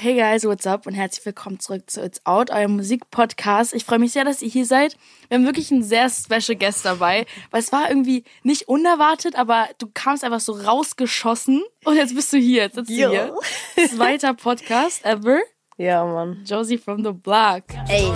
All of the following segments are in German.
Hey guys, what's up und herzlich willkommen zurück zu It's Out, eurem Musikpodcast. Ich freue mich sehr, dass ihr hier seid. Wir haben wirklich einen sehr special Guest dabei, weil es war irgendwie nicht unerwartet, aber du kamst einfach so rausgeschossen und jetzt bist du hier, jetzt sitzt du hier. Zweiter Podcast ever. Ja, Mann. Josie from the Block. Ey,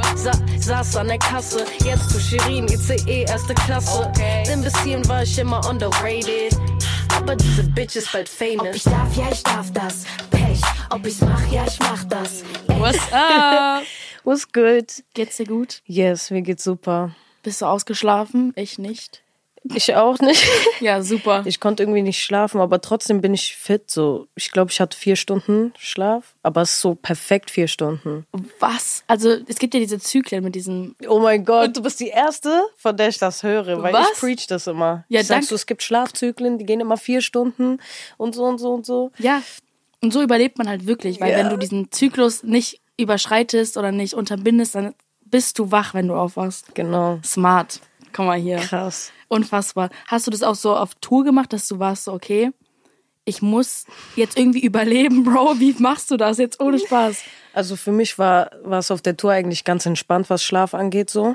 saß an der Kasse, jetzt zu Shirin, ICE, erste Klasse. Okay. Denn bis hierhin war ich immer underrated, aber diese Bitch ist bald famous. Ob ich darf, ja, ich darf das. Pech, ob ich's mach, ja, ich mach das. What's up? What's good? Geht's dir gut? Yes, mir geht's super. Bist du ausgeschlafen? Ich nicht. Ich auch nicht. Ja, super. Ich konnte irgendwie nicht schlafen, aber trotzdem bin ich fit. So, ich glaube, ich hatte 4 Stunden Schlaf, aber es ist so perfekt 4 Stunden. Was? Also, es gibt ja diese Zyklen mit diesem... Oh mein Gott, du bist die Erste, von der ich das höre, weil Was? ich preach das immer. Ja, ich sag so, es gibt Schlafzyklen, die gehen immer 4 Stunden und so und so und so. Ja, und so überlebt man halt wirklich, weil wenn du diesen Zyklus nicht überschreitest oder nicht unterbindest, dann bist du wach, wenn du aufwachst. Genau. Smart. Komm mal hier. Krass. Unfassbar. Hast du das auch so auf Tour gemacht, dass du warst so, okay, ich muss jetzt irgendwie überleben, Bro, wie machst du das jetzt ohne Spaß? Also für mich war es auf der Tour eigentlich ganz entspannt, was Schlaf angeht so.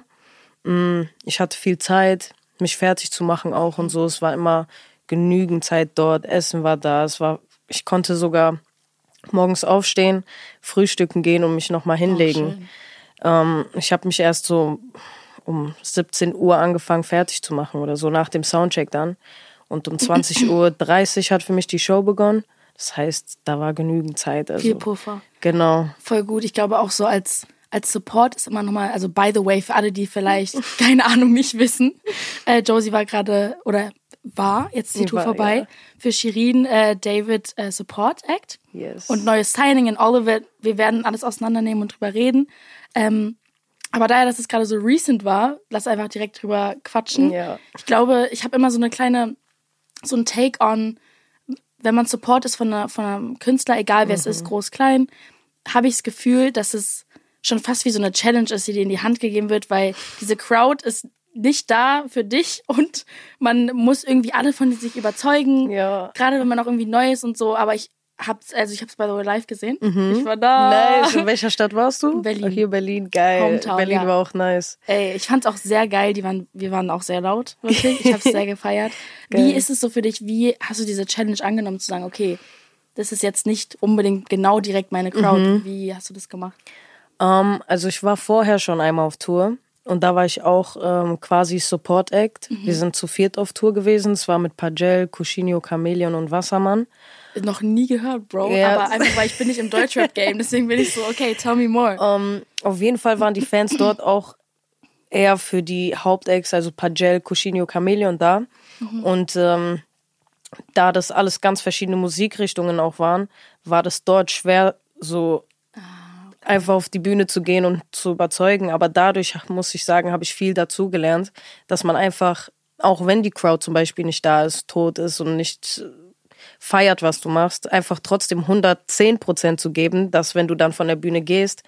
Ich hatte viel Zeit, mich fertig zu machen auch und so. Es war immer genügend Zeit dort, Essen war da. Ich konnte sogar morgens aufstehen, frühstücken gehen und mich nochmal hinlegen. Ich habe mich erst so um 17 Uhr angefangen fertig zu machen oder so, nach dem Soundcheck dann. Und um 20:30 Uhr hat für mich die Show begonnen. Das heißt, da war genügend Zeit. Also, Viel Puffer. Genau. Voll gut. Ich glaube auch so als Support ist immer nochmal, also by the way, für alle, die vielleicht, keine Ahnung, nicht wissen, Josie war gerade, oder war, jetzt die Tour vorbei, ja. Für Shirin David Support Act. Yes. Und neues Signing in all of it. Wir werden alles auseinandernehmen und drüber reden. Aber daher, dass es gerade so recent war, lass einfach direkt drüber quatschen. Ja. Ich glaube, ich habe immer so ein Take on, wenn man Support ist von einem Künstler, egal wer es ist, groß, klein, habe ich das Gefühl, dass es schon fast wie so eine Challenge ist, die dir in die Hand gegeben wird, weil diese Crowd ist nicht da für dich und man muss irgendwie alle von sich überzeugen. Ja. Gerade wenn man auch irgendwie neu ist und so, aber ich hab's by the way live gesehen. Ich war da. Nice. In welcher Stadt warst du? Berlin. Ach, hier Berlin, geil. Hometown, Berlin ja. war auch nice. Ey, ich fand's auch sehr geil. Wir waren auch sehr laut, wirklich. Ich hab's sehr gefeiert. Wie ist es so für dich? Wie hast du diese Challenge angenommen, zu sagen, okay, das ist jetzt nicht unbedingt genau direkt meine Crowd. Wie hast du das gemacht? Also ich war vorher schon einmal auf Tour und da war ich auch quasi Support Act. Wir sind zu 4 auf Tour gewesen. Es war mit Pagel, Cushinho, Chameleon und Wassermann. Noch nie gehört, Bro. Ja. Aber einfach, weil ich bin nicht im Deutschrap-Game. Deswegen bin ich so, okay, tell me more. Auf jeden Fall waren die Fans dort auch eher für die Hauptacts, also Pagel, Cushinho, Chameleon da. Und da das alles ganz verschiedene Musikrichtungen auch waren, war das dort schwer, so einfach auf die Bühne zu gehen und zu überzeugen. Aber dadurch, muss ich sagen, habe ich viel dazugelernt, dass man einfach, auch wenn die Crowd zum Beispiel nicht da ist, tot ist und nicht feiert, was du machst, einfach trotzdem 110% zu geben, dass wenn du dann von der Bühne gehst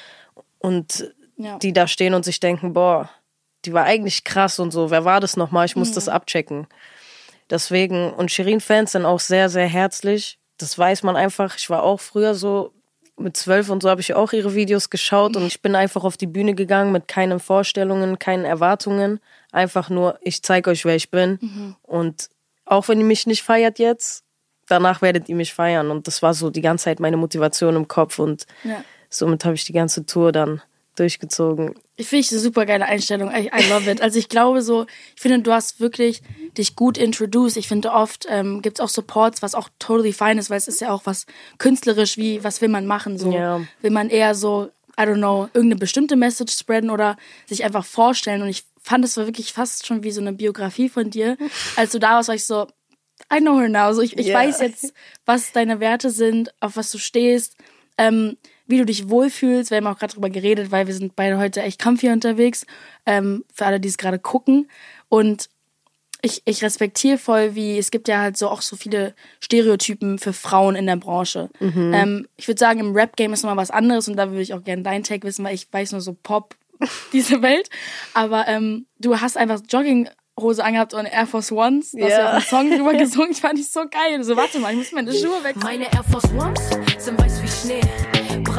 und die da stehen und sich denken, boah, die war eigentlich krass und so, wer war das nochmal? Ich muss das abchecken. Deswegen, und Shirin-Fans sind auch sehr, sehr herzlich. Das weiß man einfach. Ich war auch früher so, mit 12 und so habe ich auch ihre Videos geschaut und ich bin einfach auf die Bühne gegangen mit keinen Vorstellungen, keinen Erwartungen. Einfach nur, ich zeige euch, wer ich bin. Und auch wenn ihr mich nicht feiert jetzt, danach werdet ihr mich feiern. Und das war so die ganze Zeit meine Motivation im Kopf und somit habe ich die ganze Tour dann durchgezogen. Ich finde es eine super geile Einstellung. I love it. Also ich glaube so, ich finde, du hast wirklich dich gut introduced. Ich finde oft gibt es auch Supports, was auch totally fine ist, weil es ist ja auch was künstlerisch, wie, was will man machen? So will man eher so, I don't know, irgendeine bestimmte Message spreaden oder sich einfach vorstellen. Und ich fand, es war wirklich fast schon wie so eine Biografie von dir. Als du da warst, war ich so, I know her now. So, ich weiß jetzt, was deine Werte sind, auf was du stehst, wie du dich wohlfühlst. Wir haben auch gerade drüber geredet, weil wir sind beide heute echt comfy unterwegs. Für alle, die es gerade gucken. Und ich respektiere voll, wie, es gibt ja halt so auch so viele Stereotypen für Frauen in der Branche. Ich würde sagen, im Rap-Game ist nochmal was anderes und da würde ich auch gerne deinen Take wissen, weil ich weiß nur so Pop, diese Welt. Aber du hast einfach Jogginghose angehabt und Air Force Ones. Du hast ja auch einen Song drüber gesungen. Ich fand dich so geil. So, warte mal, ich muss meine Schuhe weg. Meine Air Force Ones sind weiß wie Schnee.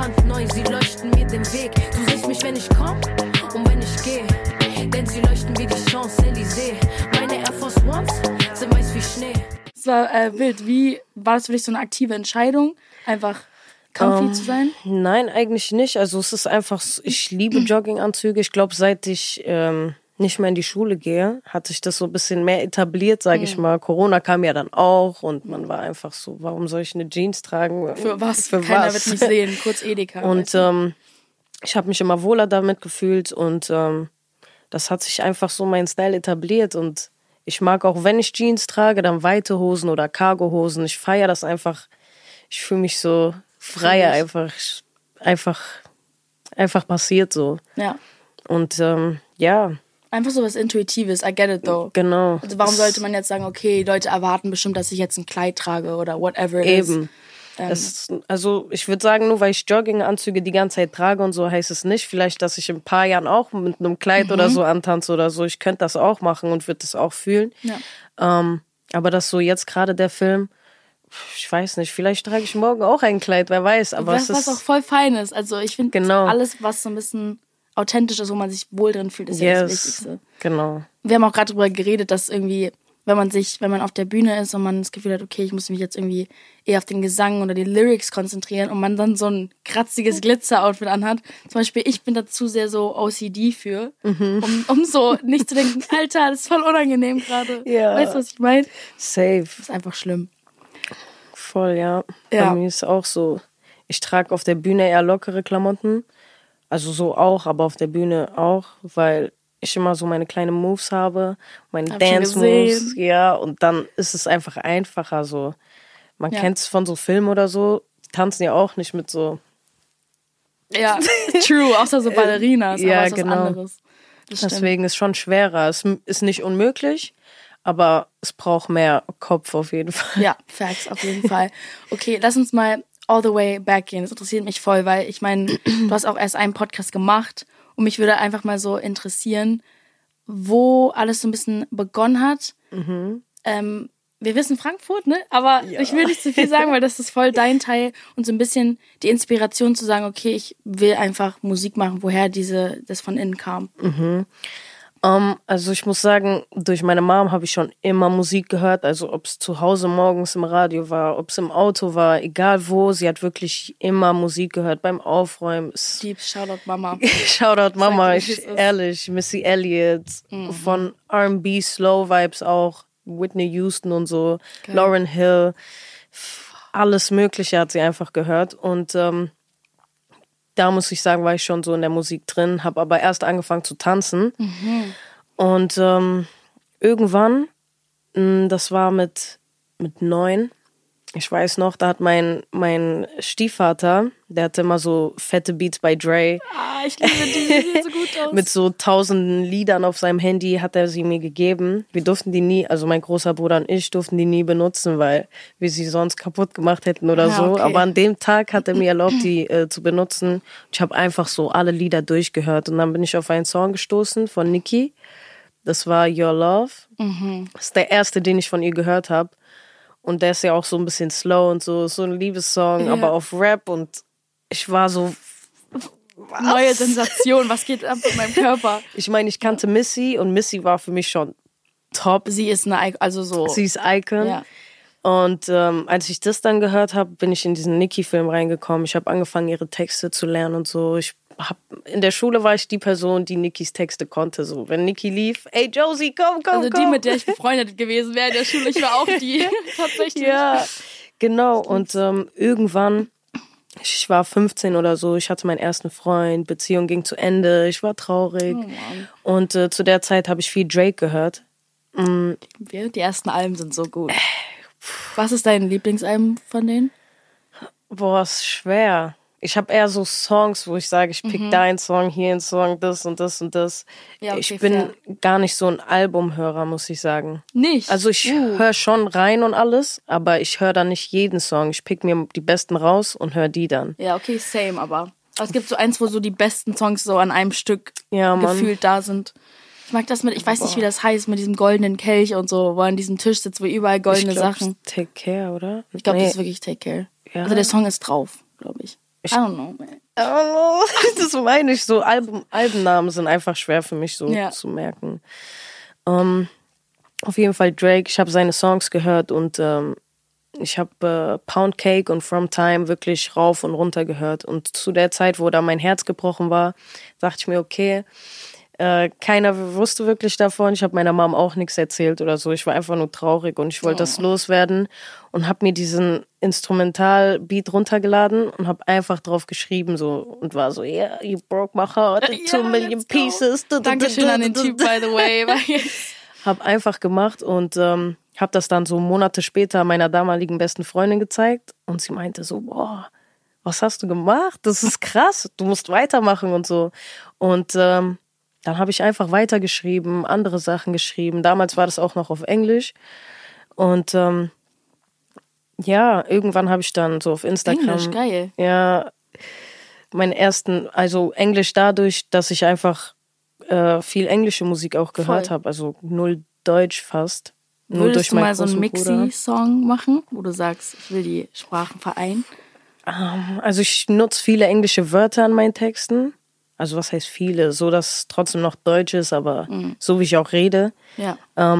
brandneu, sie leuchten mir den Weg. Du siehst mich, wenn ich komm und wenn ich gehe, denn sie leuchten wie die Champs-Élysées. Meine Air Force Ones sind weiß wie Schnee. Es war wild. Wie war das für dich so eine aktive Entscheidung, einfach comfy zu sein? Nein, eigentlich nicht. Also es ist einfach, ich liebe Jogginganzüge. Ich glaube, seit ich nicht mehr in die Schule gehe, hat sich das so ein bisschen mehr etabliert, sage ich mal. Corona kam ja dann auch und man war einfach so, warum soll ich eine Jeans tragen? Für was? Für Keiner was? wird mich sehen. Kurz Edeka. Und ich habe mich immer wohler damit gefühlt und das hat sich einfach so mein Style etabliert und ich mag auch, wenn ich Jeans trage, dann weite Hosen oder Cargohosen. Ich feiere das einfach. Ich fühle mich so freier, einfach passiert so. Ja. Und ja. Einfach so was Intuitives. I get it though. Genau. Also warum sollte man jetzt sagen, okay, Leute erwarten bestimmt, dass ich jetzt ein Kleid trage oder whatever it Eben. is. Also ich würde sagen, nur weil ich Jogginganzüge die ganze Zeit trage und so, heißt es nicht vielleicht, dass ich in ein paar Jahren auch mit einem Kleid oder so antanze oder so. Ich könnte das auch machen und würde das auch fühlen. Ja. Aber das so jetzt gerade der Film, ich weiß nicht, vielleicht trage ich morgen auch ein Kleid, wer weiß. Aber was auch voll fein ist. Also ich finde alles, was so ein bisschen authentisch ist, wo man sich wohl drin fühlt, ist ja das Wichtigste. Genau. Wir haben auch gerade darüber geredet, dass irgendwie, wenn man auf der Bühne ist und man das Gefühl hat, okay, ich muss mich jetzt irgendwie eher auf den Gesang oder die Lyrics konzentrieren und man dann so ein kratziges Glitzer-Outfit anhat. Zum Beispiel, ich bin dazu sehr so OCD für, um so nicht zu denken, Alter, das ist voll unangenehm gerade. Ja. Weißt du, was ich meine? Safe. Das ist einfach schlimm. Voll, ja. Ja. Bei mir ist auch so, ich trage auf der Bühne eher lockere Klamotten. Also so auch, aber auf der Bühne auch, weil ich immer so meine kleinen Moves habe, meine Dance-Moves. Ja, und dann ist es einfach einfacher so. Man kennt es von so Filmen oder so, die tanzen ja auch nicht mit so... Ja, true, außer so Ballerinas, ja, aber ist was genau. anderes. Deswegen ist es schon schwerer. Es ist nicht unmöglich, aber es braucht mehr Kopf auf jeden Fall. Ja, Facts, auf jeden Fall. Okay, lass uns mal all the way back gehen. Das interessiert mich voll, weil ich meine, du hast auch erst einen Podcast gemacht und mich würde einfach mal so interessieren, wo alles so ein bisschen begonnen hat. Wir wissen Frankfurt, ne? Aber ich will nicht zu viel sagen, weil das ist voll dein Teil und so ein bisschen die Inspiration zu sagen, okay, ich will einfach Musik machen, woher das von innen kam. Also ich muss sagen, durch meine Mom habe ich schon immer Musik gehört, also ob es zu Hause morgens im Radio war, ob es im Auto war, egal wo, sie hat wirklich immer Musik gehört, beim Aufräumen. Deep Shoutout Mama. Shoutout Mama, ehrlich, Missy Elliott, von R&B, Slow Vibes auch, Whitney Houston und so, okay. Lauryn Hill, alles Mögliche hat sie einfach gehört und da muss ich sagen, war ich schon so in der Musik drin, habe aber erst angefangen zu tanzen. Und irgendwann, das war mit 9, ich weiß noch, da hat mein Stiefvater, der hatte immer so fette Beats bei Dre. Ah, ich liebe die sehen so gut aus. Mit so 1000 Liedern auf seinem Handy hat er sie mir gegeben. Wir durften die nie, also mein großer Bruder und ich durften die nie benutzen, weil wir sie sonst kaputt gemacht hätten oder so. Okay. Aber an dem Tag hat er mir erlaubt, die zu benutzen. Ich habe einfach so alle Lieder durchgehört und dann bin ich auf einen Song gestoßen von Nicki. Das war Your Love. Das ist der erste, den ich von ihr gehört habe. Und der ist ja auch so ein bisschen slow und so ein Liebessong, aber auf Rap und ich war so... Was? Neue Sensation, was geht ab mit meinem Körper? Ich meine, ich kannte Missy und Missy war für mich schon top. Sie ist Sie ist Icon. Ja. Und als ich das dann gehört habe, bin ich in diesen Nicki-Film reingekommen. Ich habe angefangen, ihre Texte zu lernen und so. In der Schule war ich die Person, die Nickis Texte konnte. So, wenn Nicki lief, ey Josie, komm. Also die, mit der ich befreundet gewesen wäre in der Schule. Ich war auch die, tatsächlich. Ja, genau. Und irgendwann, ich war 15 oder so, ich hatte meinen ersten Freund, Beziehung ging zu Ende, ich war traurig. Oh, und zu der Zeit habe ich viel Drake gehört. Die ersten Alben sind so gut. Was ist dein Lieblingsalbum von denen? Boah, ist schwer. Ich habe eher so Songs, wo ich sage, ich pick da einen Song, hier einen Song, das und das und das. Ja, okay, ich bin gar nicht so ein Albumhörer, muss ich sagen. Nicht? Also ich höre schon rein und alles, aber ich höre dann nicht jeden Song. Ich pick mir die besten raus und höre die dann. Ja, okay, same, aber es gibt so eins, wo so die besten Songs so an einem Stück gefühlt da sind. Ich mag das ich weiß nicht, wie das heißt, mit diesem goldenen Kelch und so, wo er an diesem Tisch sitzt, wo überall goldene Sachen. Take Care, oder? Ich glaube, das ist wirklich Take Care. Ja. Also der Song ist drauf, glaube ich. I don't know, man. Das meine ich so. Albennamen sind einfach schwer für mich so zu merken. Auf jeden Fall Drake, ich habe seine Songs gehört und ich habe Pound Cake und From Time wirklich rauf und runter gehört. Und zu der Zeit, wo da mein Herz gebrochen war, dachte ich mir, okay, keiner wusste wirklich davon. Ich habe meiner Mom auch nichts erzählt oder so. Ich war einfach nur traurig und ich wollte das loswerden und habe mir diesen Instrumental-Beat runtergeladen und habe einfach drauf geschrieben so und war so, yeah, you broke my heart in 2 million pieces. Dankeschön an den Typ, by the way. Hab einfach gemacht und habe das dann so Monate später meiner damaligen besten Freundin gezeigt und sie meinte so, boah, was hast du gemacht? Das ist krass, du musst weitermachen und so. Und dann habe ich einfach weitergeschrieben, andere Sachen geschrieben. Damals war das auch noch auf Englisch. Und irgendwann habe ich dann so auf Instagram... Englisch, geil. Ja, meinen ersten, also Englisch dadurch, dass ich einfach viel englische Musik auch gehört habe. Also null Deutsch fast. Nur Würdest durch du meinen mal so einen großen Bruder. Mixi-Song machen, wo du sagst, ich will die Sprachen vereinen? Also ich nutze viele englische Wörter in meinen Texten. Also was heißt viele? So, dass es trotzdem noch Deutsch ist, aber so wie ich auch rede. Ja.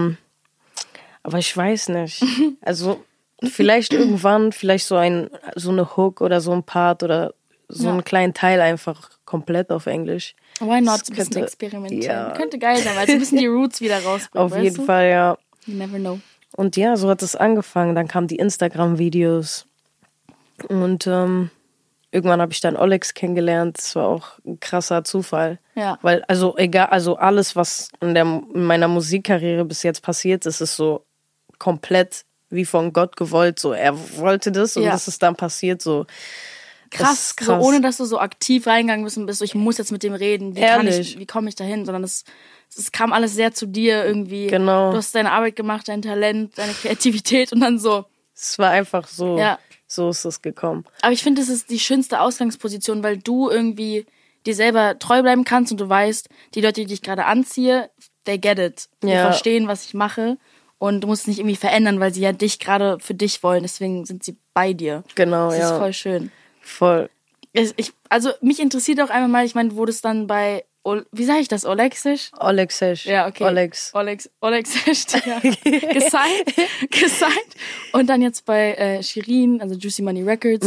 Aber ich weiß nicht. Also vielleicht irgendwann, vielleicht so eine Hook oder so ein Part oder so einen kleinen Teil einfach komplett auf Englisch. Why not? Das Ein bisschen könnte- experimentieren. ja. Könnte geil sein, weil es ein bisschen die Roots wieder rausbringt. Auf weißt jeden du? Fall, ja. You never know. Und ja, so hat es angefangen. Dann kamen die Instagram-Videos. Und irgendwann habe ich dann Olex kennengelernt. Das war auch ein krasser Zufall. Ja. Weil, also egal, also alles, was in meiner Musikkarriere bis jetzt passiert ist, ist so komplett wie von Gott gewollt. So, er wollte das und das ist dann passiert. So. Das Krass, ist so ohne dass du so aktiv reingegangen bist und bist, so, ich muss jetzt mit dem reden, Ehrlich? wie komme ich da hin, sondern es kam alles sehr zu dir irgendwie. Genau. Du hast deine Arbeit gemacht, dein Talent, deine Kreativität und dann so. Es war einfach so. Ja. So ist es gekommen. Aber ich finde, das ist die schönste Ausgangsposition, weil du irgendwie dir selber treu bleiben kannst und du weißt, die Leute, die ich gerade anziehe, they get it. Die Ja. verstehen, was ich mache und du musst es nicht irgendwie verändern, weil sie ja dich gerade für dich wollen, deswegen sind sie bei dir. Genau, Das ja. ist voll schön. Voll. Also mich interessiert auch einfach mal, ich meine, du wurdest dann bei, wie sage ich das, Olexisch? Olexisch. Ja, okay. Olexisch, ja. gesigned. Und dann jetzt bei Shirin, also Juicy Money Records.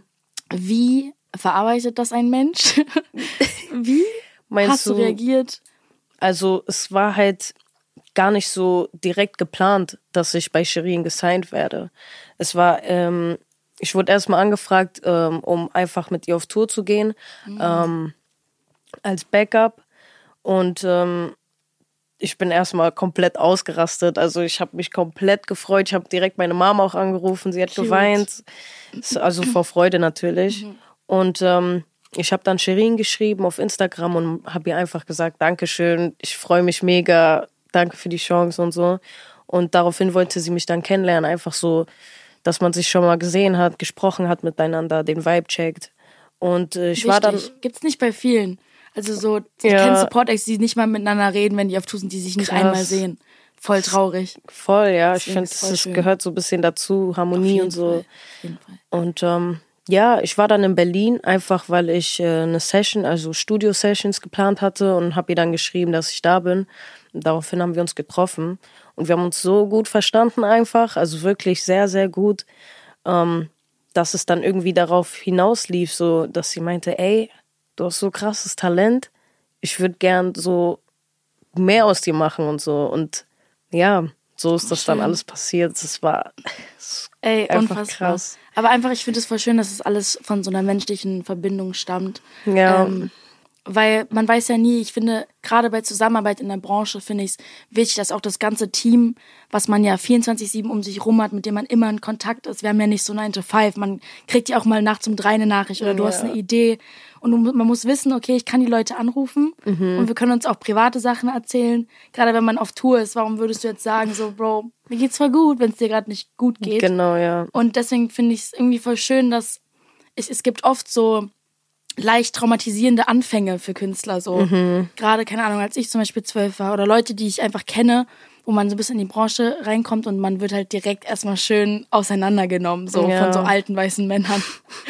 Wie verarbeitet das ein Mensch? Wie Meinst hast du reagiert? Also es war halt gar nicht so direkt geplant, dass ich bei Shirin gesigned werde. Es war, ich wurde erstmal angefragt, um einfach mit ihr auf Tour zu gehen, als Backup. Und ich bin erstmal komplett ausgerastet. Also ich habe mich komplett gefreut. Ich habe direkt meine Mama auch angerufen. Sie hat geweint. Also vor Freude natürlich. Und ich habe dann Shirin geschrieben auf Instagram und habe ihr einfach gesagt, Dankeschön, ich freue mich mega, danke für die Chance und so. Und daraufhin wollte sie mich dann kennenlernen, einfach so, dass man sich schon mal gesehen hat, gesprochen hat miteinander, den Vibe checkt. Und ich war dann... Gibt's nicht bei vielen. Also so, ich Ja. kenne Support-Acts, die nicht mal miteinander reden, wenn die auf Tour sind, die sich nicht Krass. einmal sehen. Voll traurig. Voll, ja. Ich Deswegen finde, ist voll es schön. gehört so ein bisschen dazu, Harmonie und so. Fall. Auf jeden Fall. Und ja, ich war dann in Berlin, einfach weil ich eine Session, also Studio-Sessions geplant hatte und habe ihr dann geschrieben, dass ich da bin. Und daraufhin haben wir uns getroffen und wir haben uns so gut verstanden einfach, also wirklich sehr, sehr gut, dass es dann irgendwie darauf hinauslief, so, dass sie meinte, ey, du hast so krasses Talent, ich würde gern so mehr aus dir machen und so. Und ja, so ist das dann alles passiert. Es war Ey, einfach unfassbar. krass. Aber einfach, ich finde es voll schön, dass es alles von so einer menschlichen Verbindung stammt. Ja. Weil man weiß ja nie, ich finde, gerade bei Zusammenarbeit in der Branche finde ich es wichtig, dass auch das ganze Team, was man ja 24/7 um sich rum hat, mit dem man immer in Kontakt ist, wir haben ja nicht so 9 to 5, man kriegt ja auch mal nachts um 3 eine Nachricht oder du hast eine Idee und man muss wissen, okay, ich kann die Leute anrufen und wir können uns auch private Sachen erzählen. Gerade wenn man auf Tour ist, warum würdest du jetzt sagen, so, Bro, mir geht's voll gut, wenn es dir gerade nicht gut geht. Genau, ja. Und deswegen finde ich es irgendwie voll schön, dass es gibt oft so leicht traumatisierende Anfänge für Künstler. So gerade, keine Ahnung, als ich zum Beispiel 12 war oder Leute, die ich einfach kenne, wo man so ein bisschen in die Branche reinkommt und man wird halt direkt erstmal schön auseinandergenommen, so Ja. von so alten weißen Männern.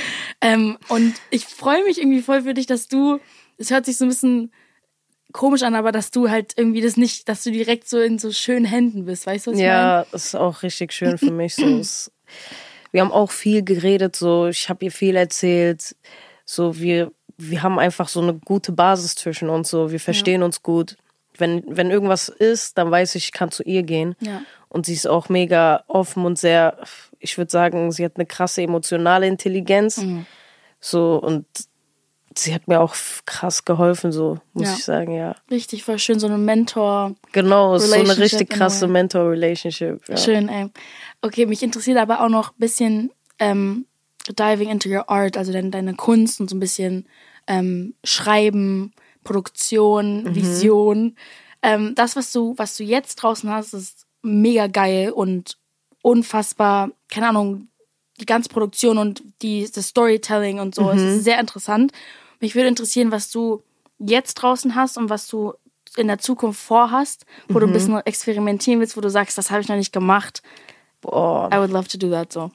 Und ich freue mich irgendwie voll für dich, dass du, es hört sich so ein bisschen komisch an, aber dass du halt irgendwie das nicht, dass du direkt so in so schönen Händen bist, weißt du, was ich meine? Ja, das ist auch richtig schön für mich. Wir haben auch viel geredet, so ich habe ihr viel erzählt. So, wir haben einfach so eine gute Basis zwischen uns, so wir verstehen uns gut. Wenn irgendwas ist, dann weiß ich kann zu ihr gehen. Ja. Und sie ist auch mega offen und sehr, ich würde sagen, sie hat eine krasse emotionale Intelligenz. So, und sie hat mir auch krass geholfen, so, muss ich sagen, ja. Richtig, voll schön, so eine Mentor. Genau, so eine Relationship richtig krasse Mentor-Relationship. Ja. Schön, ey. Okay, mich interessiert aber auch noch ein bisschen diving into your art, also deine Kunst und so ein bisschen Schreiben, Produktion, Vision. Das, was du jetzt draußen hast, ist mega geil und unfassbar, keine Ahnung, die ganze Produktion und das Storytelling und so, es ist sehr interessant. Mich würde interessieren, was du jetzt draußen hast und was du in der Zukunft vorhast, wo du ein bisschen experimentieren willst, wo du sagst, das habe ich noch nicht gemacht. Boah. I would love to do that, so.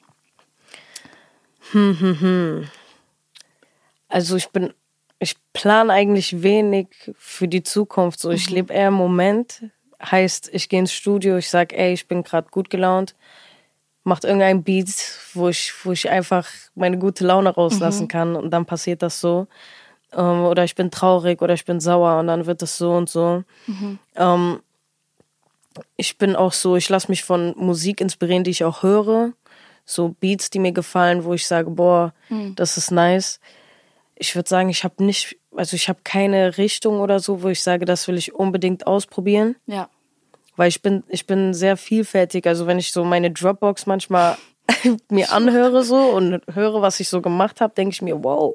Also ich plane eigentlich wenig für die Zukunft. So, ich lebe eher im Moment. Heißt, ich gehe ins Studio, ich sag, ey, ich bin gerade gut gelaunt, macht irgendein Beat, wo ich einfach meine gute Laune rauslassen kann und dann passiert das so. Oder ich bin traurig oder ich bin sauer und dann wird das so und so. Ich bin auch so, ich lasse mich von Musik inspirieren, die ich auch höre. So Beats, die mir gefallen, wo ich sage, boah, das ist nice. Ich würde sagen, ich habe keine Richtung oder so, wo ich sage, das will ich unbedingt ausprobieren. Ja. Weil ich bin sehr vielfältig. Also wenn ich so meine Dropbox manchmal mir anhöre so und höre, was ich so gemacht habe, denke ich mir, wow,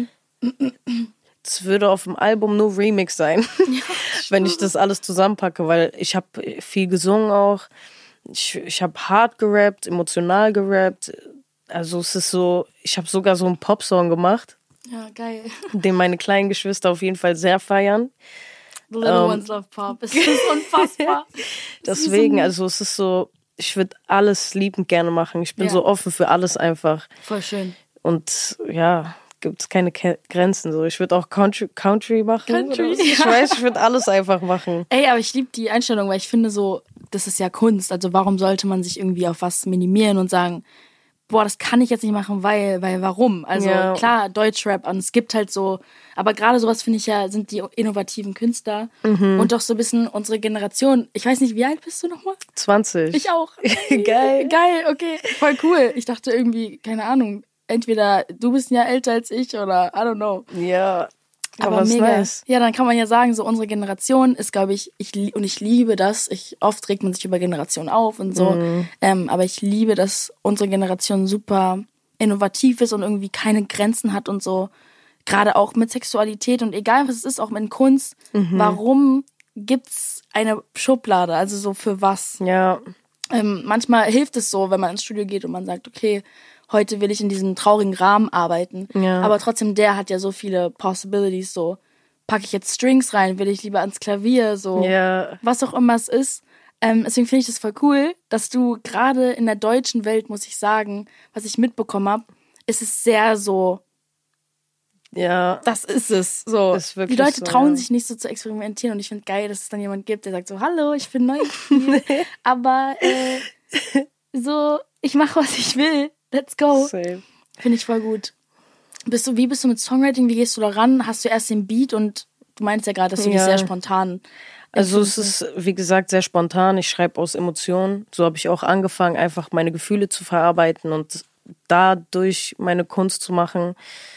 das würde auf dem Album nur Remix sein, wenn ich das alles zusammenpacke. Weil ich habe viel gesungen auch. Ich habe hart gerappt, emotional gerappt. Also es ist so, ich habe sogar so einen Popsong gemacht. Ja, geil. Den meine kleinen Geschwister auf jeden Fall sehr feiern. The little ones love pop. Es ist unfassbar. Deswegen, also es ist so, ich würde alles liebend gerne machen. Ich bin so offen für alles einfach. Voll schön. Und ja, gibt es keine Grenzen. So, ich würde auch Country machen. Country, Ich weiß, ich würde alles einfach machen. Ey, aber ich liebe die Einstellung, weil ich finde so, das ist ja Kunst. Also warum sollte man sich irgendwie auf was minimieren und sagen, boah, das kann ich jetzt nicht machen, weil warum? Also klar, Deutschrap, und es gibt halt so, aber gerade sowas finde ich ja, sind die innovativen Künstler und doch so ein bisschen unsere Generation. Ich weiß nicht, wie alt bist du nochmal? 20. Ich auch. Geil. Geil, okay, voll cool. Ich dachte irgendwie, keine Ahnung, entweder du bist ein Jahr älter als ich oder I don't know. Ja, aber mega. nice. Ja, dann kann man ja sagen, so unsere Generation ist, glaube ich, ich liebe das. Oft regt man sich über Generationen auf und so. Aber ich liebe, dass unsere Generation super innovativ ist und irgendwie keine Grenzen hat und so. Gerade auch mit Sexualität und egal was es ist, auch mit Kunst. Warum gibt's eine Schublade? Also so für was? Ja. Manchmal hilft es so, wenn man ins Studio geht und man sagt, okay, heute will ich in diesem traurigen Rahmen arbeiten. Ja. Aber trotzdem, der hat ja so viele Possibilities. So, packe ich jetzt Strings rein? Will ich lieber ans Klavier? So, was auch immer es ist. Deswegen finde ich das voll cool, dass du gerade in der deutschen Welt, muss ich sagen, was ich mitbekommen habe, ist es sehr so, das ist es. So. Ist die Leute trauen sich nicht so zu experimentieren und ich finde geil, dass es dann jemand gibt, der sagt so, hallo, ich bin neu, aber so, ich mache, was ich will. Let's go. Same. Finde ich voll gut. Wie bist du mit Songwriting? Wie gehst du da ran? Hast du erst den Beat und du meinst ja gerade, dass du dich sehr spontan... Also es ist, wie gesagt, sehr spontan. Ich schreibe aus Emotionen. So habe ich auch angefangen, einfach meine Gefühle zu verarbeiten und dadurch meine Kunst zu machen.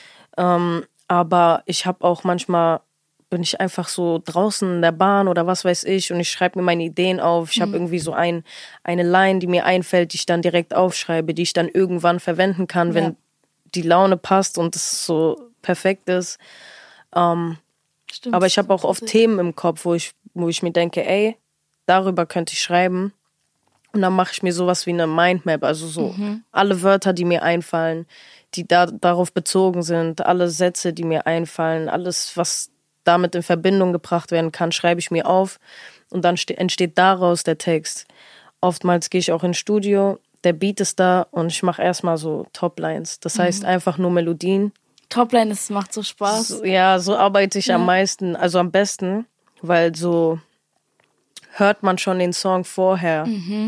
Aber ich habe auch manchmal, bin ich einfach so draußen in der Bahn oder was weiß ich und ich schreibe mir meine Ideen auf. Ich habe irgendwie so eine Line, die mir einfällt, die ich dann direkt aufschreibe, die ich dann irgendwann verwenden kann, wenn die Laune passt und es so perfekt ist. Stimmt, aber ich habe auch oft Themen im Kopf, wo ich mir denke, ey, darüber könnte ich schreiben. Und dann mache ich mir sowas wie eine Mindmap, also so alle Wörter, die mir einfallen, die darauf bezogen sind, alle Sätze, die mir einfallen, alles, was damit in Verbindung gebracht werden kann, schreibe ich mir auf und dann entsteht daraus der Text. Oftmals gehe ich auch ins Studio, der Beat ist da und ich mache erstmal so Toplines. Das heißt einfach nur Melodien. Topline, das macht so Spaß. So arbeite ich am meisten, also am besten, weil so hört man schon den Song vorher.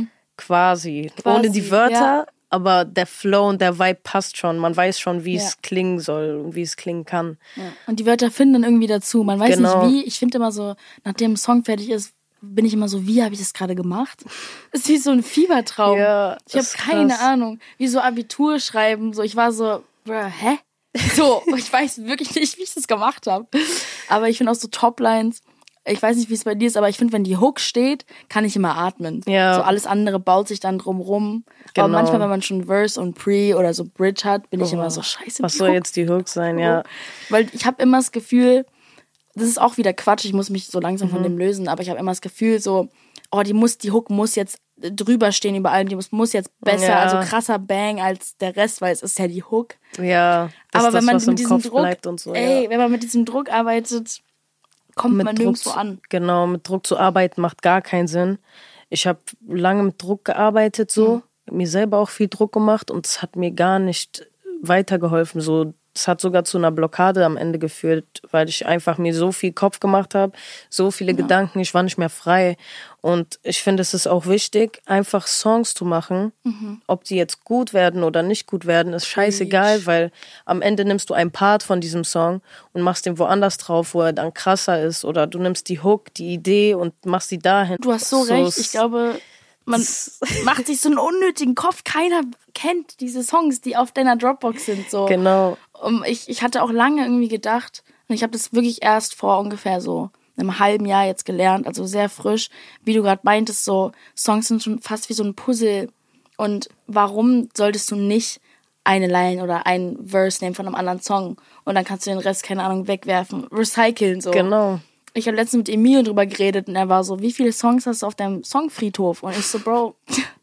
Quasi. Ohne die Wörter, aber der Flow und der Vibe passt schon. Man weiß schon, wie es klingen soll und wie es klingen kann. Ja. Und die Wörter finden dann irgendwie dazu. Man weiß nicht wie. Ich finde immer so, nachdem ein Song fertig ist, bin ich immer so, wie habe ich das gerade gemacht? Es ist wie so ein Fiebertraum. Ja, ich habe keine Ahnung. Wie so Abitur schreiben. So, ich war so, hä? So, ich weiß wirklich nicht, wie ich das gemacht habe. Aber ich finde auch so Toplines, ich weiß nicht, wie es bei dir ist, aber ich finde, wenn die Hook steht, kann ich immer atmen. Ja. So alles andere baut sich dann drumrum. Aber manchmal, wenn man schon Verse und Pre oder so Bridge hat, bin ich immer so, scheiße. Was soll jetzt die Hook sein, ja. Weil ich habe immer das Gefühl, das ist auch wieder Quatsch, ich muss mich so langsam von dem lösen, aber ich habe immer das Gefühl so, die Hook muss jetzt drüber stehen über allem, die muss jetzt besser, also krasser Bang als der Rest, weil es ist ja die Hook. Ja, aber wenn man was mit diesem Kopf Druck, bleibt und so, wenn man mit diesem Druck arbeitet, kommt man nirgendwo an. Genau, mit Druck zu arbeiten macht gar keinen Sinn. Ich habe lange mit Druck gearbeitet, so, mir selber auch viel Druck gemacht und es hat mir gar nicht weitergeholfen, so. Es hat sogar zu einer Blockade am Ende geführt, weil ich einfach mir so viel Kopf gemacht habe, so viele Gedanken, ich war nicht mehr frei. Und ich finde, es ist auch wichtig, einfach Songs zu machen. Ob die jetzt gut werden oder nicht gut werden, ist scheißegal, weil am Ende nimmst du einen Part von diesem Song und machst den woanders drauf, wo er dann krasser ist. Oder du nimmst die Hook, die Idee und machst sie dahin. Du hast so recht, ich glaube, man macht sich so einen unnötigen Kopf. Keiner kennt diese Songs, die auf deiner Dropbox sind. So. Genau. Ich hatte auch lange irgendwie gedacht, und ich habe das wirklich erst vor ungefähr so einem halben Jahr jetzt gelernt, also sehr frisch, wie du gerade meintest, so Songs sind schon fast wie so ein Puzzle. Und warum solltest du nicht eine Line oder ein Verse nehmen von einem anderen Song und dann kannst du den Rest, keine Ahnung, wegwerfen, recyceln, so. Genau. Ich habe letztens mit Emil drüber geredet und er war so, wie viele Songs hast du auf deinem Songfriedhof? Und ich so, Bro,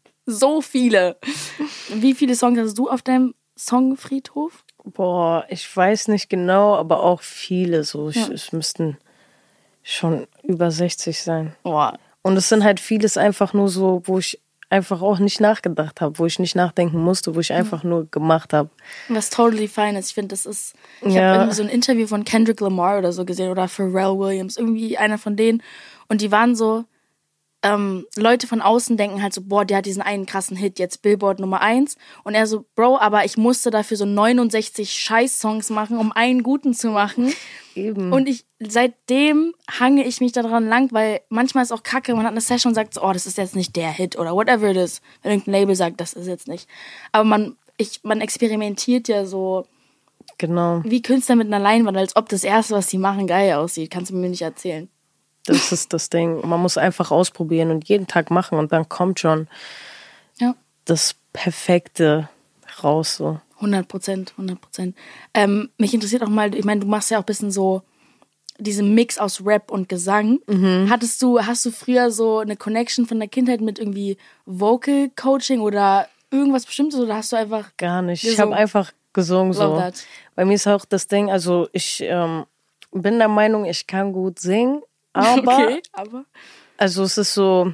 so viele. Wie viele Songs hast du auf deinem Songfriedhof? Boah, ich weiß nicht genau, aber auch viele so. Es müssten schon über 60 sein. Boah. Und es sind halt vieles einfach nur so, wo ich einfach auch nicht nachgedacht habe, wo ich nicht nachdenken musste, wo ich einfach nur gemacht habe. Was totally fine ist. Ich finde, das ist... Ich habe irgendwie so ein Interview von Kendrick Lamar oder so gesehen oder Pharrell Williams, irgendwie einer von denen. Und die waren so... Leute von außen denken halt so, boah, der hat diesen einen krassen Hit, jetzt Billboard Nummer 1. Und er so, Bro, aber ich musste dafür so 69 Scheiß-Songs machen, um einen guten zu machen. Eben. Und seitdem hange ich mich daran lang, weil manchmal ist auch kacke, man hat eine Session und sagt so, oh, das ist jetzt nicht der Hit oder whatever it is. Wenn irgendein Label sagt, das ist jetzt nicht. Aber man experimentiert ja so, genau, wie Künstler mit einer Leinwand, als ob das Erste, was sie machen, geil aussieht. Kannst du mir nicht erzählen. Das ist das Ding. Man muss einfach ausprobieren und jeden Tag machen und dann kommt schon das Perfekte raus. So. 100%. Mich interessiert auch mal, ich meine, du machst ja auch ein bisschen so diesen Mix aus Rap und Gesang. Hast du früher so eine Connection von der Kindheit mit irgendwie Vocal Coaching oder irgendwas Bestimmtes oder hast du einfach... Gar nicht. Ich habe einfach gesungen so. That. Bei mir ist auch das Ding, also ich bin der Meinung, ich kann gut singen. Aber also es ist so,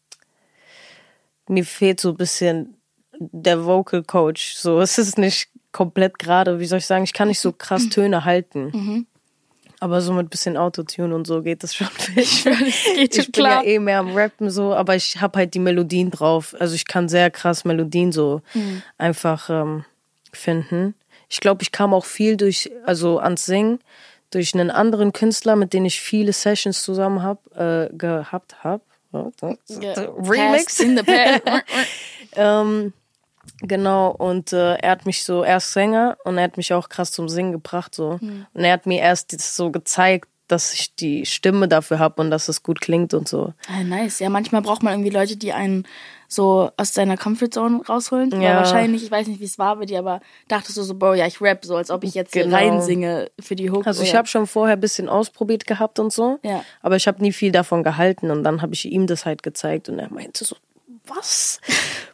mir fehlt so ein bisschen der Vocal Coach. So, es ist nicht komplett gerade, wie soll ich sagen, ich kann nicht so krass Töne halten. Aber so mit ein bisschen Autotune und so geht das schon. Ich bin ja eh mehr am Rappen so, aber ich habe halt die Melodien drauf. Also ich kann sehr krass Melodien so einfach finden. Ich glaube, ich kam auch viel ans Singen, durch einen anderen Künstler, mit dem ich viele Sessions zusammen gehabt habe. Remix. In the past. Genau, und er hat mich so erst Sänger und er hat mich auch krass zum Singen gebracht. So. Und er hat mir erst so gezeigt, dass ich die Stimme dafür habe und dass es gut klingt und so. Ah, nice. Ja, manchmal braucht man irgendwie Leute, die einen so aus seiner Comfortzone rausholen. Ja. Weil wahrscheinlich, ich weiß nicht, wie es war bei dir, aber dachtest du so, Bro, ja, ich rap so, als ob ich jetzt hier reinsinge für die Hook. Also ich habe schon vorher ein bisschen ausprobiert gehabt und so, aber ich habe nie viel davon gehalten und dann habe ich ihm das halt gezeigt und er meinte so, was?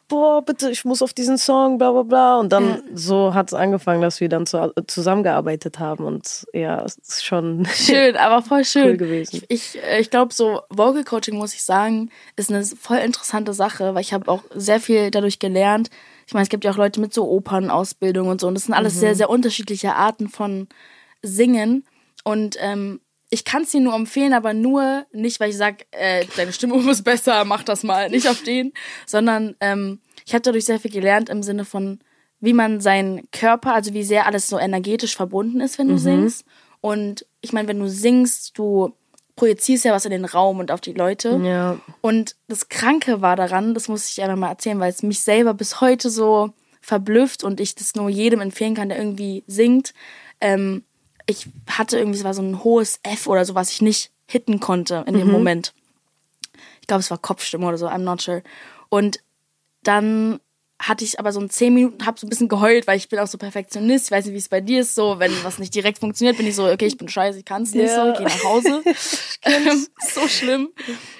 boah, bitte, ich muss auf diesen Song, bla bla bla. Und dann so hat es angefangen, dass wir dann zusammengearbeitet haben. Und ja, es ist schon schön, aber voll schön cool gewesen. Ich glaube, so Vocal Coaching, muss ich sagen, ist eine voll interessante Sache, weil ich habe auch sehr viel dadurch gelernt. Ich meine, es gibt ja auch Leute mit so Opernausbildung und so. Und das sind alles sehr, sehr unterschiedliche Arten von Singen. Und ich kann es dir nur empfehlen, aber nur nicht, weil ich sage, deine Stimme muss besser, mach das mal, nicht auf den, sondern ich habe dadurch sehr viel gelernt im Sinne von, wie man seinen Körper, also wie sehr alles so energetisch verbunden ist, wenn du singst. Und ich meine, wenn du singst, du projizierst ja was in den Raum und auf die Leute. Ja. Und das Kranke war daran, das muss ich einfach mal erzählen, weil es mich selber bis heute so verblüfft und ich das nur jedem empfehlen kann, der irgendwie singt. Ich hatte irgendwie, es war so ein hohes F oder so, was ich nicht hitten konnte in dem Moment. Ich glaube, es war Kopfstimme oder so, I'm not sure. Und dann hatte ich aber so 10 Minuten, habe so ein bisschen geheult, weil ich bin auch so Perfektionist. Ich weiß nicht, wie es bei dir ist, so, wenn was nicht direkt funktioniert, bin ich so, okay, ich bin scheiße, ich kann es nicht so, ich gehe nach Hause. So schlimm.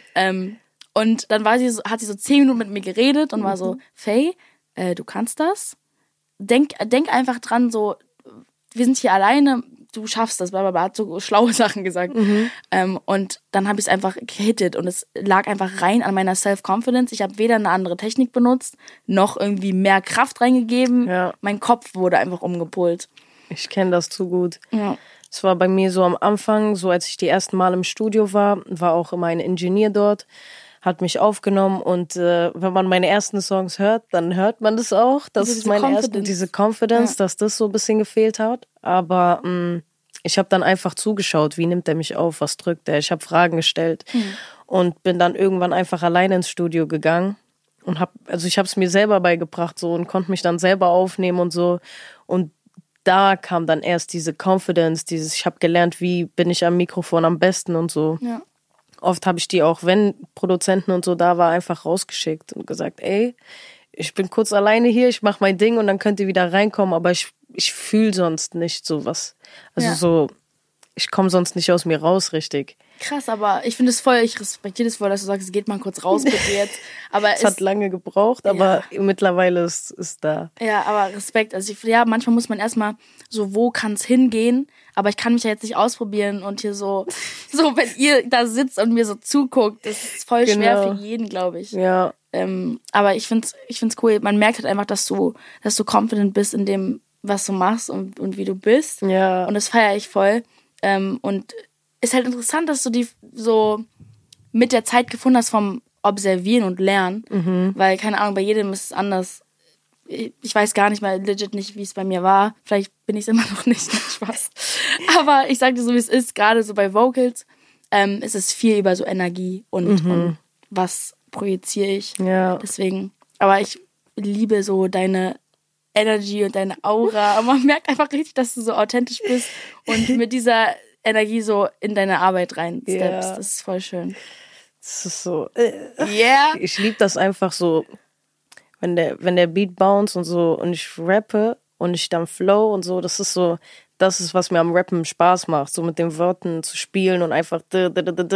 Und dann hat sie so 10 Minuten mit mir geredet und war so, Faye, du kannst das. Denk einfach dran, so, wir sind hier alleine, du schaffst das, bla bla bla, hat so schlaue Sachen gesagt. Und dann habe ich es einfach gehittet und es lag einfach rein an meiner Self-Confidence. Ich habe weder eine andere Technik benutzt, noch irgendwie mehr Kraft reingegeben. Ja. Mein Kopf wurde einfach umgepolt. Ich kenne das zu gut. Ja. Es war bei mir so am Anfang, so als ich die ersten Mal im Studio war auch immer ein Ingenieur dort, hat mich aufgenommen und wenn man meine ersten Songs hört, dann hört man das auch. Das ist diese Confidence, dass das so ein bisschen gefehlt hat. Aber ich habe dann einfach zugeschaut, wie nimmt er mich auf, was drückt er. Ich habe Fragen gestellt und bin dann irgendwann einfach alleine ins Studio gegangen und ich habe es mir selber beigebracht so und konnte mich dann selber aufnehmen und so. Und da kam dann erst diese Confidence, ich habe gelernt, wie bin ich am Mikrofon am besten und so. Ja. Oft habe ich die auch, wenn Produzenten und so da war, einfach rausgeschickt und gesagt, ey, ich bin kurz alleine hier, ich mache mein Ding und dann könnt ihr wieder reinkommen, aber ich fühle sonst nicht so was. Also so, ich komme sonst nicht aus mir raus richtig. Krass, aber ich finde es voll, ich respektiere das voll, dass du sagst, es geht mal kurz raus bitte jetzt. Aber es hat lange gebraucht, aber mittlerweile ist da. Ja, aber Respekt. Also manchmal muss man erstmal so, wo kann es hingehen? Aber ich kann mich ja jetzt nicht ausprobieren und hier so wenn ihr da sitzt und mir so zuguckt, das ist voll schwer für jeden, glaube ich. Ja. Aber ich find's cool. Man merkt halt einfach, dass du confident bist in dem, was du machst und wie du bist. Ja. Und das feiere ich voll. Und ist halt interessant, dass du die so mit der Zeit gefunden hast vom Observieren und Lernen. Weil, keine Ahnung, bei jedem ist es anders. Ich weiß gar nicht mal legit nicht, wie es bei mir war. Vielleicht bin ich es immer noch nicht. Spaß. Aber ich sag dir so, wie es ist. Gerade so bei Vocals ist es viel über so Energie und was projiziere ich. Ja. Deswegen, aber ich liebe so deine Energy und deine Aura. Aber man merkt einfach richtig, dass du so authentisch bist und mit dieser Energie so in deine Arbeit rein steppst. Yeah. Das ist voll schön. Das ist so. Yeah. Ich liebe das einfach so, wenn der Beat bounce und so und ich rappe und ich dann flow und so. Das ist, was mir am Rappen Spaß macht, so mit den Wörtern zu spielen und einfach das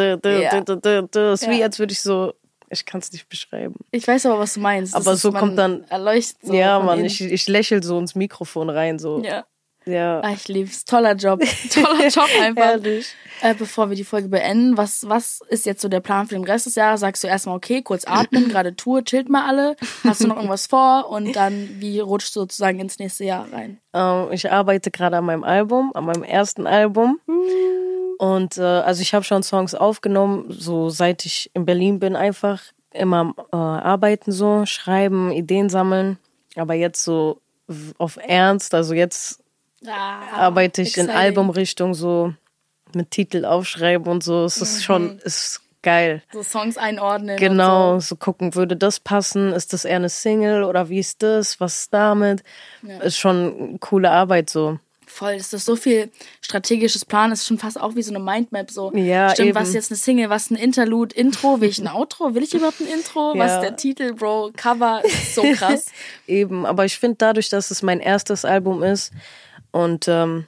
ist wie, als würde ich so. Ich kann es nicht beschreiben. Ich weiß aber, was du meinst. Aber so kommt dann. Erleuchtet so. Ja, Mann, ich lächel so ins Mikrofon rein. So. Ja. Ja. Ach, ich lieb's. Toller Job. Toller Job einfach. Ehrlich. Bevor wir die Folge beenden, was ist jetzt so der Plan für den Rest des Jahres? Sagst du erstmal, okay, kurz atmen, gerade Tour, chillt mal alle. Hast du noch irgendwas vor? Und dann, wie rutschst du sozusagen ins nächste Jahr rein? Ich arbeite gerade an meinem ersten Album. Und also ich habe schon Songs aufgenommen, so seit ich in Berlin bin, einfach immer arbeiten so, schreiben, Ideen sammeln. Aber jetzt so auf Ernst, also jetzt arbeite ich in Albumrichtung so mit Titel aufschreiben und so. Es ist schon, ist geil. So Songs einordnen. Genau, so gucken, würde das passen? Ist das eher eine Single oder wie ist das? Was ist damit? Ja. Ist schon coole Arbeit so. Voll, das ist so viel strategisches Plan, das ist schon fast auch wie so eine Mindmap. So. Ja, stimmt, eben. Was ist jetzt eine Single, was ist ein Interlude, Intro, will ich ein Outro, will ich überhaupt ein Intro, was ist der Titel, Bro, Cover, ist so krass. Eben, aber ich finde dadurch, dass es mein erstes Album ist und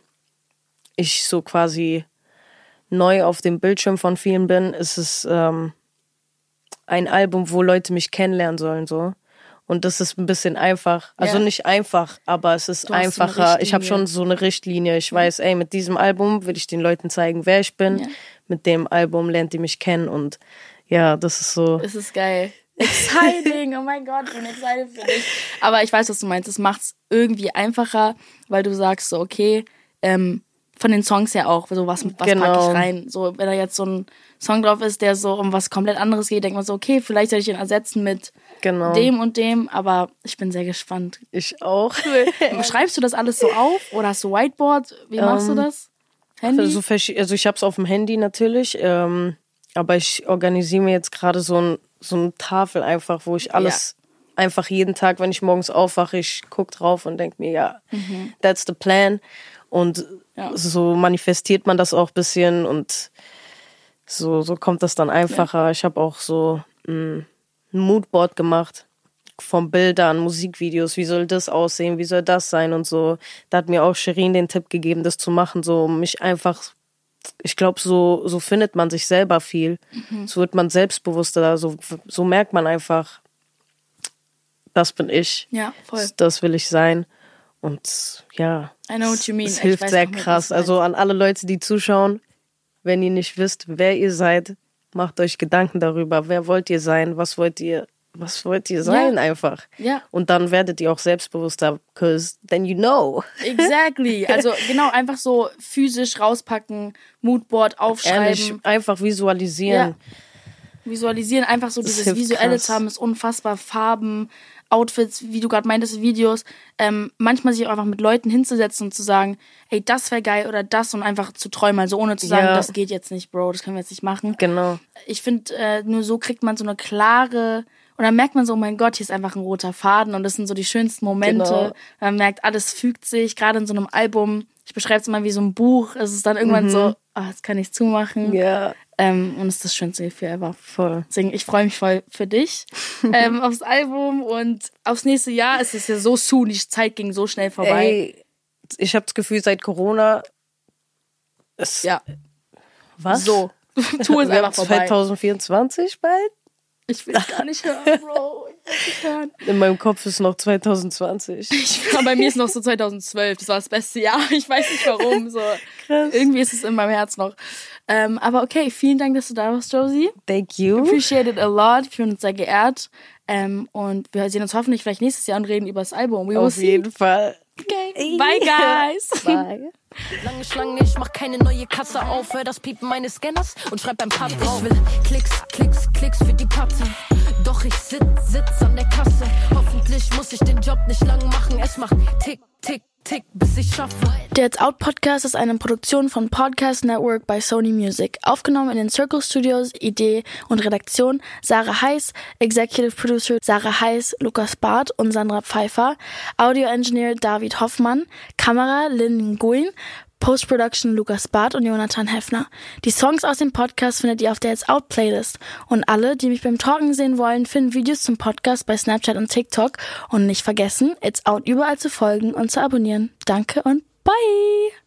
ich so quasi neu auf dem Bildschirm von vielen bin, ist es ein Album, wo Leute mich kennenlernen sollen so. Und das ist ein bisschen einfach. Also Ja. nicht einfach, aber es ist Du hast so eine einfacher. Ich habe Richtlinie. schon so eine Richtlinie. Ich weiß, ey, mit diesem Album will ich den Leuten zeigen, wer ich bin. Ja. Mit dem Album lernt ihr mich kennen. Und ja, das ist so. Es ist geil. Exciting, oh mein Gott, ich bin excited für dich. Aber ich weiß, was du meinst. Es macht es irgendwie einfacher, weil du sagst so, okay, von den Songs her auch, so was packe ich rein. So, wenn da jetzt so ein Song drauf ist, der so um was komplett anderes geht, denkt man so, okay, vielleicht soll ich ihn ersetzen mit dem und dem, aber ich bin sehr gespannt. Ich auch. Schreibst du das alles so auf oder hast du Whiteboard? Wie machst du das? Handy? Also ich habe es auf dem Handy natürlich, aber ich organisiere mir jetzt gerade so eine Tafel einfach, wo ich alles einfach jeden Tag, wenn ich morgens aufwache, ich gucke drauf und denke mir, ja, that's the plan. Und so manifestiert man das auch ein bisschen und so kommt das dann einfacher. Ja. Ich habe auch so ein Moodboard gemacht von Bildern, Musikvideos, wie soll das aussehen, wie soll das sein und so. Da hat mir auch Shirin den Tipp gegeben, das zu machen, so mich einfach, ich glaube, so findet man sich selber viel. So wird man selbstbewusster, so merkt man einfach, das bin ich. Ja, voll. Das will ich sein. Und ja, I know what you mean. Es hilft sehr krass. Also an alle Leute, die zuschauen, wenn ihr nicht wisst, wer ihr seid, macht euch Gedanken darüber. Wer wollt ihr sein? Was wollt ihr sein einfach? Ja. Und dann werdet ihr auch selbstbewusster, because then you know. Exactly. Also genau, einfach so physisch rauspacken, Moodboard aufschreiben. Ehrlich, einfach visualisieren. Ja. Visualisieren, einfach so Das dieses hilft Visuelle krass. zu haben, ist unfassbar. Farben, Outfits, wie du gerade meintest, Videos. Manchmal sich auch einfach mit Leuten hinzusetzen und zu sagen, ey, das wäre geil oder das und einfach zu träumen. Also ohne zu sagen, das geht jetzt nicht, Bro, das können wir jetzt nicht machen. Genau. Ich finde, nur so kriegt man so eine klare, und dann merkt man so, oh mein Gott, hier ist einfach ein roter Faden und das sind so die schönsten Momente. Genau. Man merkt, alles fügt sich, gerade in so einem Album. Ich beschreibe es immer wie so ein Buch. Es ist dann irgendwann so, das kann ich zumachen. Ja. Und es ist das schönste Gefühl ever. Voll. Deswegen, ich freue mich voll für dich aufs Album und aufs nächste Jahr. Es ist ja so soon, die Zeit ging so schnell vorbei. Ey, ich habe das Gefühl, seit Corona Ja. Was? So. Tu es Wir haben einfach vorbei. 2024 bald? Ich will es gar nicht hören, Bro. Ich will es nicht hören. In meinem Kopf ist noch 2020. Bei mir ist noch so 2012. Das war das beste Jahr. Ich weiß nicht warum. So. Krass. Irgendwie ist es in meinem Herz noch. Aber okay, vielen Dank, dass du da warst, Josie. Thank you. Appreciate it a lot. Wir fühlen uns sehr geehrt. Und wir sehen uns hoffentlich vielleicht nächstes Jahr und reden über das Album. We will Auf see. jeden Fall. Okay. Bye, guys. Bye. Lange Schlange, ich mach keine neue Kasse auf. Hör das Piepen meines Scanners und schreib beim Pub. Ich will Klicks, Klicks, Klicks für die Patte. Doch ich sitz an der Kasse. Hoffentlich muss ich den Job nicht lang machen. Es macht Tick, Tick, Tick, bis ich schaffe. Der It's Out Podcast ist eine Produktion von Podcast Network bei Sony Music. Aufgenommen in den Circle Studios, Idee und Redaktion Sarah Heiß, Executive Producer Sarah Heiß, Lukas Barth und Sandra Pfeiffer, Audio Engineer David Hoffmann, Kamera Lynn Nguyen, Post-Production Lukas Barth und Jonathan Heffner. Die Songs aus dem Podcast findet ihr auf der It's Out Playlist. Und alle, die mich beim Talken sehen wollen, finden Videos zum Podcast bei Snapchat und TikTok. Und nicht vergessen, It's Out überall zu folgen und zu abonnieren. Danke und bye!